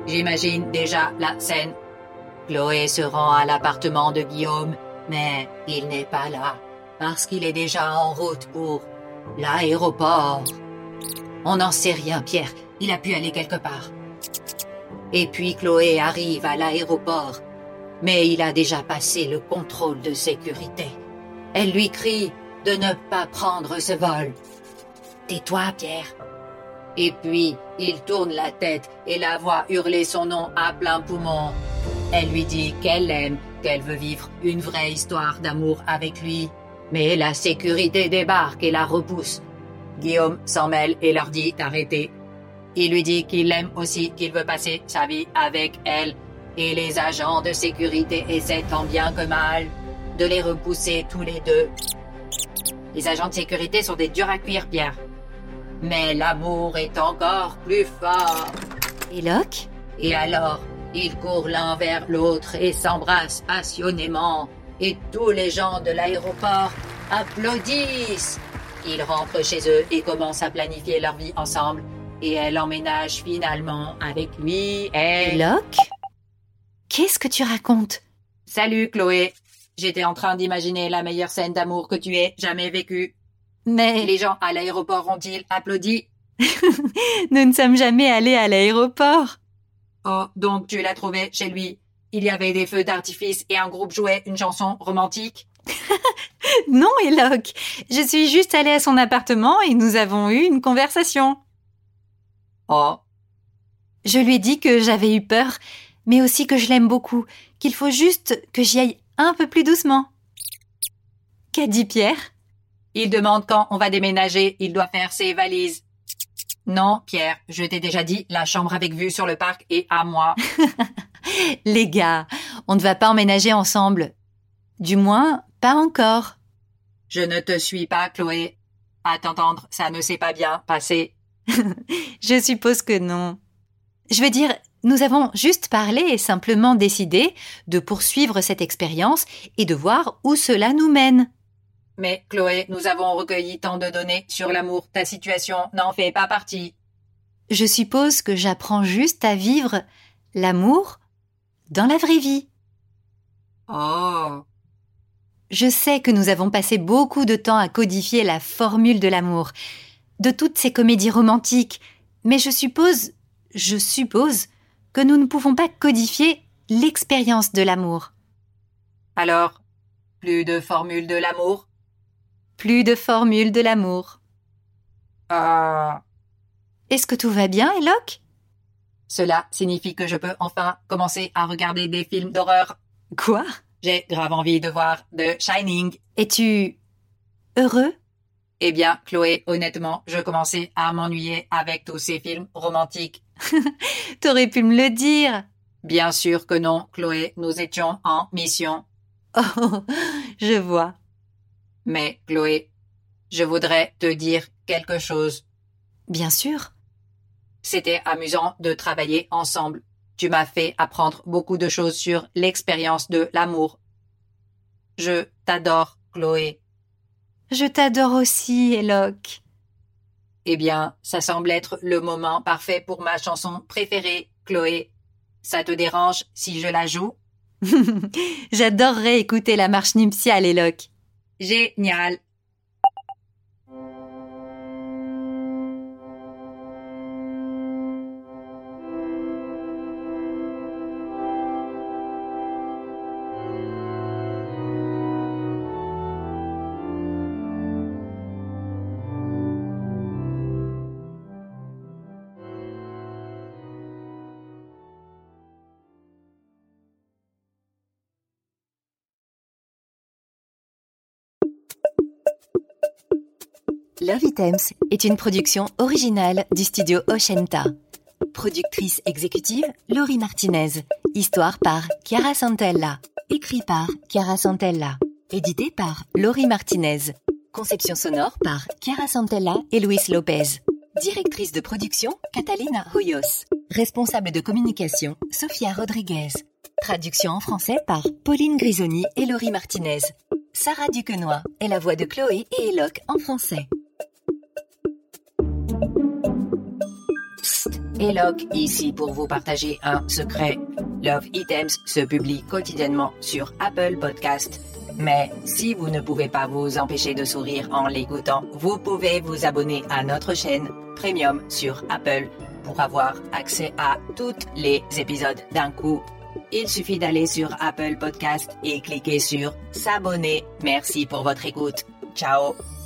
J'imagine déjà la scène. Chloé se rend à l'appartement de Guillaume, mais il n'est pas là, parce qu'il est déjà en route pour l'aéroport. On n'en sait rien, Pierre. Il a pu aller quelque part. Et puis Chloé arrive à l'aéroport, mais il a déjà passé le contrôle de sécurité. Elle lui crie de ne pas prendre ce vol. Tais-toi, Pierre. Et puis, il tourne la tête et la voit hurler son nom à plein poumon. Elle lui dit qu'elle l'aime, qu'elle veut vivre une vraie histoire d'amour avec lui. Mais la sécurité débarque et la repousse. Guillaume s'en mêle et leur dit d'arrêter. Il lui dit qu'il l'aime aussi, qu'il veut passer sa vie avec elle. Et les agents de sécurité essaient tant bien que mal de les repousser tous les deux. Les agents de sécurité sont des durs à cuire, Pierre. Mais l'amour est encore plus fort. Et Locke ? Et alors, ils courent l'un vers l'autre et s'embrassent passionnément. Et tous les gens de l'aéroport applaudissent. Ils rentrent chez eux et commencent à planifier leur vie ensemble. Et elle emménage finalement avec lui Et Locke ? Qu'est-ce que tu racontes ? Salut Chloé. J'étais en train d'imaginer la meilleure scène d'amour que tu aies jamais vécue. Mais... Les gens à l'aéroport ont-ils applaudi? Nous ne sommes jamais allés à l'aéroport. Oh, donc tu l'as trouvé chez lui. Il y avait des feux d'artifice et un groupe jouait une chanson romantique? Non, Locke. Je suis juste allée à son appartement et nous avons eu une conversation. Oh. Je lui ai dit que j'avais eu peur, mais aussi que je l'aime beaucoup, qu'il faut juste que j'y aille un peu plus doucement. Qu'a dit Pierre ? Il demande quand on va déménager, il doit faire ses valises. Non, Pierre, je t'ai déjà dit, la chambre avec vue sur le parc est à moi. Les gars, on ne va pas emménager ensemble. Du moins, pas encore. Je ne te suis pas, Chloé. À t'entendre, ça ne s'est pas bien passé. Je suppose que non. Je veux dire, nous avons juste parlé et simplement décidé de poursuivre cette expérience et de voir où cela nous mène. Mais Chloé, nous avons recueilli tant de données sur l'amour. Ta situation n'en fait pas partie. Je suppose que j'apprends juste à vivre l'amour dans la vraie vie. Oh. Je sais que nous avons passé beaucoup de temps à codifier la formule de l'amour, de toutes ces comédies romantiques, mais je suppose que nous ne pouvons pas codifier l'expérience de l'amour. Alors, plus de formule de l'amour? Plus de formule de l'amour. Est-ce que tout va bien, Locke ? Cela signifie que je peux enfin commencer à regarder des films d'horreur. Quoi ? J'ai grave envie de voir The Shining. Es-tu heureux ? Eh bien, Chloé, honnêtement, je commençais à m'ennuyer avec tous ces films romantiques. T'aurais pu me le dire. Bien sûr que non, Chloé, nous étions en mission. Oh, je vois. Mais, Chloé, je voudrais te dire quelque chose. Bien sûr. C'était amusant de travailler ensemble. Tu m'as fait apprendre beaucoup de choses sur l'expérience de l'amour. Je t'adore, Chloé. Je t'adore aussi, Locke. Eh bien, ça semble être le moment parfait pour ma chanson préférée, Chloé. Ça te dérange si je la joue? J'adorerais écouter la marche nuptiale, Locke. Génial. Love Items est une production originale du studio Oshenta. Productrice exécutive, Laurie Martinez. Histoire par Chiara Santella. Écrit par Chiara Santella. Édité par Laurie Martinez. Conception sonore par Chiara Santella et Luis Lopez. Directrice de production, Catalina Hoyos. Responsable de communication, Sofia Rodriguez. Traduction en français par Pauline Grisoni et Laurie Martinez. Sarah Duquenois est la voix de Chloé et Locke en français. Psst, et Locke ici pour vous partager un secret. Love Items se publie quotidiennement sur Apple Podcast. Mais si vous ne pouvez pas vous empêcher de sourire en l'écoutant, vous pouvez vous abonner à notre chaîne Premium sur Apple pour avoir accès à tous les épisodes d'un coup. Il suffit d'aller sur Apple Podcast et cliquer sur s'abonner. Merci pour votre écoute. Ciao.